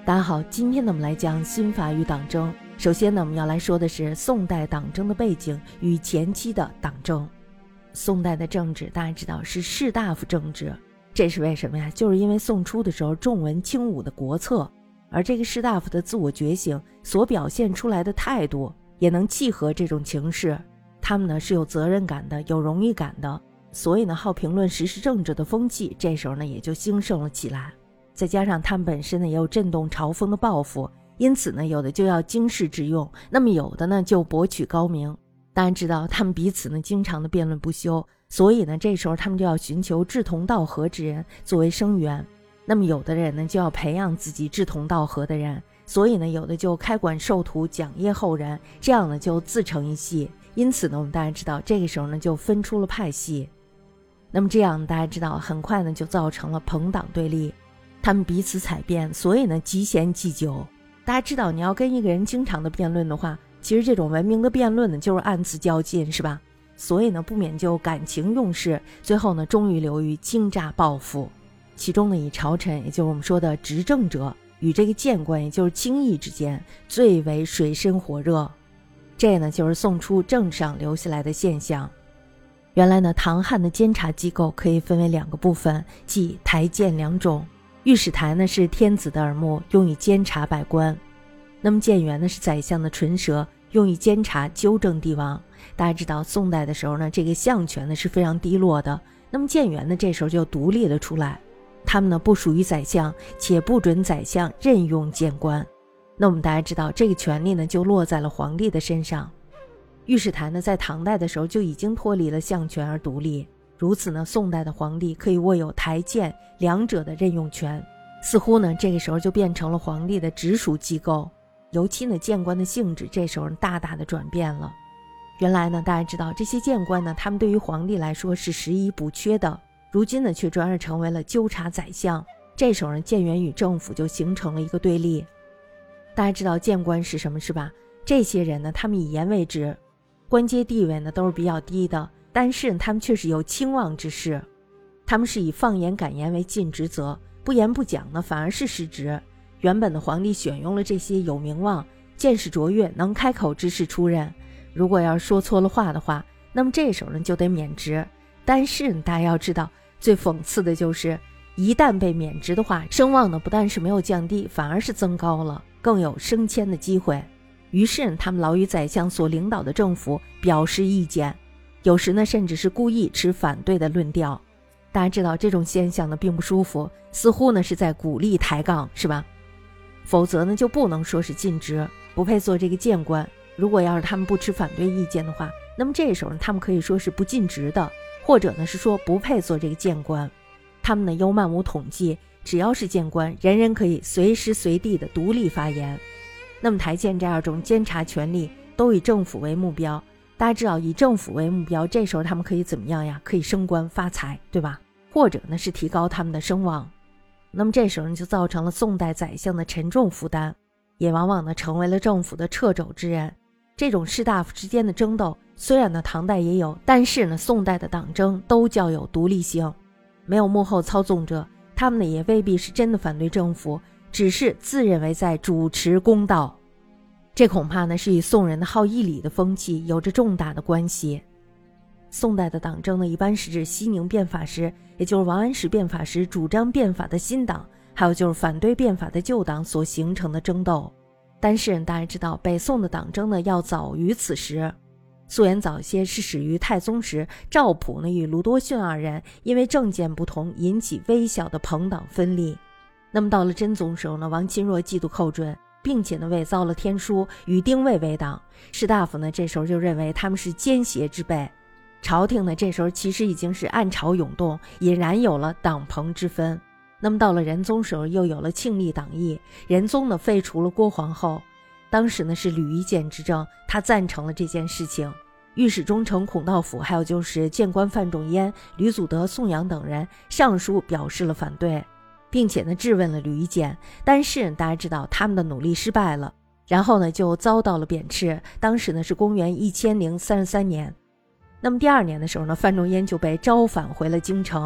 大家好，今天呢我们来讲新法与党争。首先呢我们要来说的是宋代党争的背景与前期的党争。宋代的政治大家知道是士大夫政治，这是为什么呀？就是因为宋初的时候重文轻武的国策，而这个士大夫的自我觉醒所表现出来的态度也能契合这种情势，他们呢是有责任感的，有荣誉感的，所以呢好评论时事政治的风气这时候呢也就兴盛了起来。再加上他们本身呢也有震动朝风的抱负，因此呢有的就要经世致用，那么有的呢就博取高明。当然知道他们彼此呢经常的辩论不休，所以呢这时候他们就要寻求志同道合之人作为生源。那么有的人呢就要培养自己志同道合的人，所以呢有的就开馆授徒，讲业后人，这样呢就自成一系。因此呢我们大家知道这个时候呢就分出了派系。那么这样大家知道很快呢就造成了朋党对立，他们彼此采辩，所以呢极贤忌久。大家知道你要跟一个人经常的辩论的话，其实这种文明的辩论呢就是暗自较劲，是吧？所以呢不免就感情用事，最后呢终于流于倾轧报复。其中呢以朝臣，也就是我们说的执政者，与这个谏官，也就是卿议之间最为水深火热。这呢就是宋初政治上留下来的现象。原来呢唐汉的监察机构可以分为两个部分，即台谏两种。御史台呢是天子的耳目，用以监察百官。那么谏员呢是宰相的唇舌，用以监察纠正帝王。大家知道宋代的时候呢这个相权呢是非常低落的，那么谏员呢这时候就独立了出来，他们呢不属于宰相，且不准宰相任用谏官。那我们大家知道这个权力呢就落在了皇帝的身上。御史台呢在唐代的时候就已经脱离了相权而独立，如此呢宋代的皇帝可以握有台谏两者的任用权，似乎呢这个时候就变成了皇帝的直属机构。尤其呢谏官的性质这时候大大的转变了。原来呢大家知道这些谏官呢他们对于皇帝来说是实已补缺的，如今呢却转而成为了纠察宰相。这时候呢谏员与政府就形成了一个对立。大家知道谏官是什么是吧？这些人呢他们以言为职，官阶地位呢都是比较低的，但是他们却是有清望之士，他们是以放言敢言为尽职责，不言不讲呢反而是失职。原本的皇帝选用了这些有名望、见识卓越、能开口之士出任，如果要是说错了话的话，那么这时候呢就得免职。但是大家要知道，最讽刺的就是一旦被免职的话，声望呢不但是没有降低，反而是增高了，更有升迁的机会。于是他们老与宰相所领导的政府表示意见，有时呢甚至是故意持反对的论调。大家知道这种现象呢并不舒服，似乎呢是在鼓励抬杠，是吧？否则呢就不能说是尽职，不配做这个谏官。如果要是他们不持反对意见的话，那么这时候呢他们可以说是不尽职的，或者呢是说不配做这个谏官。他们呢又漫无统计，只要是谏官，人人可以随时随地的独立发言。那么台谏这二种监察权力都以政府为目标，大家知道以政府为目标，这时候他们可以怎么样呀？可以升官发财，对吧？或者呢是提高他们的声望。那么这时候就造成了宋代宰相的沉重负担，也往往呢成为了政府的掣肘之人。这种士大夫之间的争斗虽然呢唐代也有，但是呢宋代的党争都较有独立性，没有幕后操纵者，他们呢也未必是真的反对政府，只是自认为在主持公道。这恐怕呢是与宋人的好义理的风气有着重大的关系。宋代的党争呢一般是指西宁变法时，也就是王安石变法时主张变法的新党，还有就是反对变法的旧党所形成的争斗。但是大家知道北宋的党争呢要早于此时，溯源早些是始于太宗时，赵普呢与卢多逊二人因为政见不同引起微小的朋党分立。那么到了真宗时候呢，王钦若嫉妒寇准，并且呢伪造了天书，与丁谓为党。士大夫呢这时候就认为他们是奸邪之辈，朝廷呢这时候其实已经是暗潮涌动，已然有了党朋之分。那么到了仁宗时候又有了庆历党议，仁宗呢废除了郭皇后，当时呢是吕夷简执政，他赞成了这件事情。御史中丞孔道辅还有就是谏官范仲淹、吕祖德、宋阳等人上书表示了反对，并且呢质问了吕夷简，但是大家知道他们的努力失败了，然后呢就遭到了贬斥。当时呢是公元1033年。那么第二年的时候呢，范仲淹就被招返回了京城。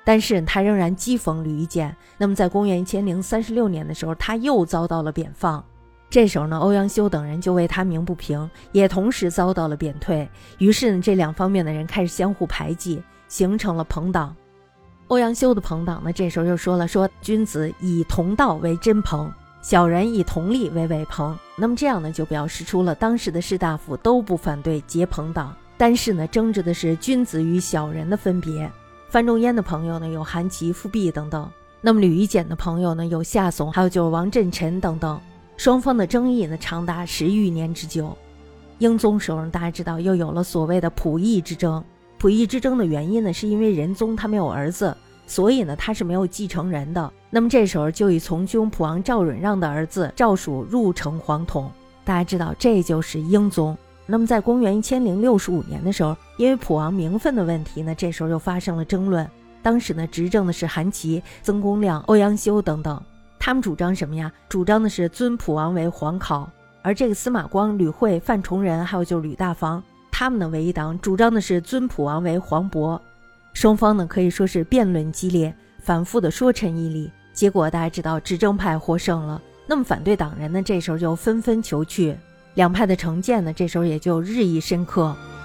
但是他仍然讥讽吕夷简。那么在公元1036年的时候，他又遭到了贬放。这时候呢，欧阳修等人就为他鸣不平，也同时遭到了贬退。于是呢，这两方面的人开始相互排挤，形成了朋党。欧阳修的朋党呢，这时候又说了，说君子以同道为真朋，小人以同利为伪朋。那么这样呢，就表示出了当时的士大夫都不反对结朋党，但是呢，争执的是君子与小人的分别。范仲淹的朋友呢，有韩琦、富弼等等；那么吕夷简的朋友呢，有夏竦，还有就是王振臣等等。双方的争议呢，长达10余年之久。英宗时候，大家知道又有了所谓的仆役之争。仆役之争的原因呢，是因为仁宗他没有儿子，所以呢他是没有继承人的。那么这时候就以从兄仆王赵允让的儿子赵曙入承皇统。大家知道这就是英宗。那么在公元1065年的时候，因为仆王名分的问题呢，这时候又发生了争论。当时呢执政的是韩琦、曾公亮、欧阳修等等，他们主张什么呀？主张的是尊仆王为皇考。而这个司马光、吕惠、范崇仁还有就是吕大防，他们呢为一党，主张的是尊仆王为皇伯。双方呢可以说是辩论激烈，反复的说陈议理。结果大家知道执政派获胜了。那么反对党人呢，这时候就纷纷求去，两派的成见呢，这时候也就日益深刻。